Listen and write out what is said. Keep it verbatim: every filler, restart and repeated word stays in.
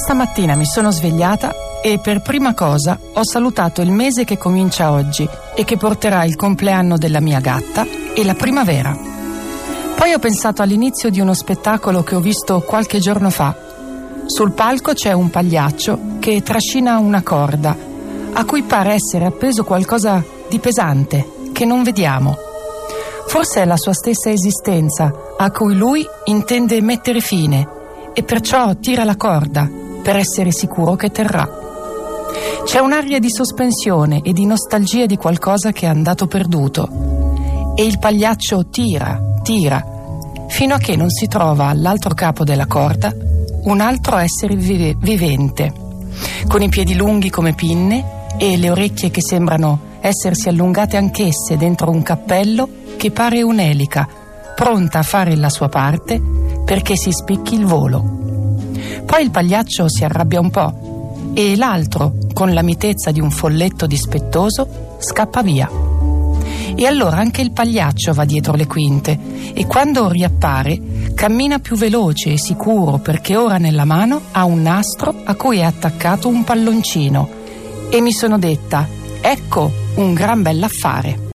Questa mattina mi sono svegliata e per prima cosa ho salutato il mese che comincia oggi e che porterà il compleanno della mia gatta e la primavera. Poi ho pensato all'inizio di uno spettacolo che ho visto qualche giorno fa. Sul palco c'è un pagliaccio che trascina una corda a cui pare essere appeso qualcosa di pesante che non vediamo. Forse è la sua stessa esistenza a cui lui intende mettere fine e perciò tira la corda per essere sicuro che terrà. C'è un'aria di sospensione e di nostalgia di qualcosa che è andato perduto e il pagliaccio tira, tira, fino a che non si trova all'altro capo della corda un altro essere vive- vivente, con i piedi lunghi come pinne e le orecchie che sembrano essersi allungate anch'esse dentro un cappello che pare un'elica, pronta a fare la sua parte perché si spicchi il volo. Poi il pagliaccio si arrabbia un po' e l'altro, con la mitezza di un folletto dispettoso, scappa via. E allora anche il pagliaccio va dietro le quinte e quando riappare cammina più veloce e sicuro perché ora nella mano ha un nastro a cui è attaccato un palloncino. E mi sono detta, ecco un gran bell'affare.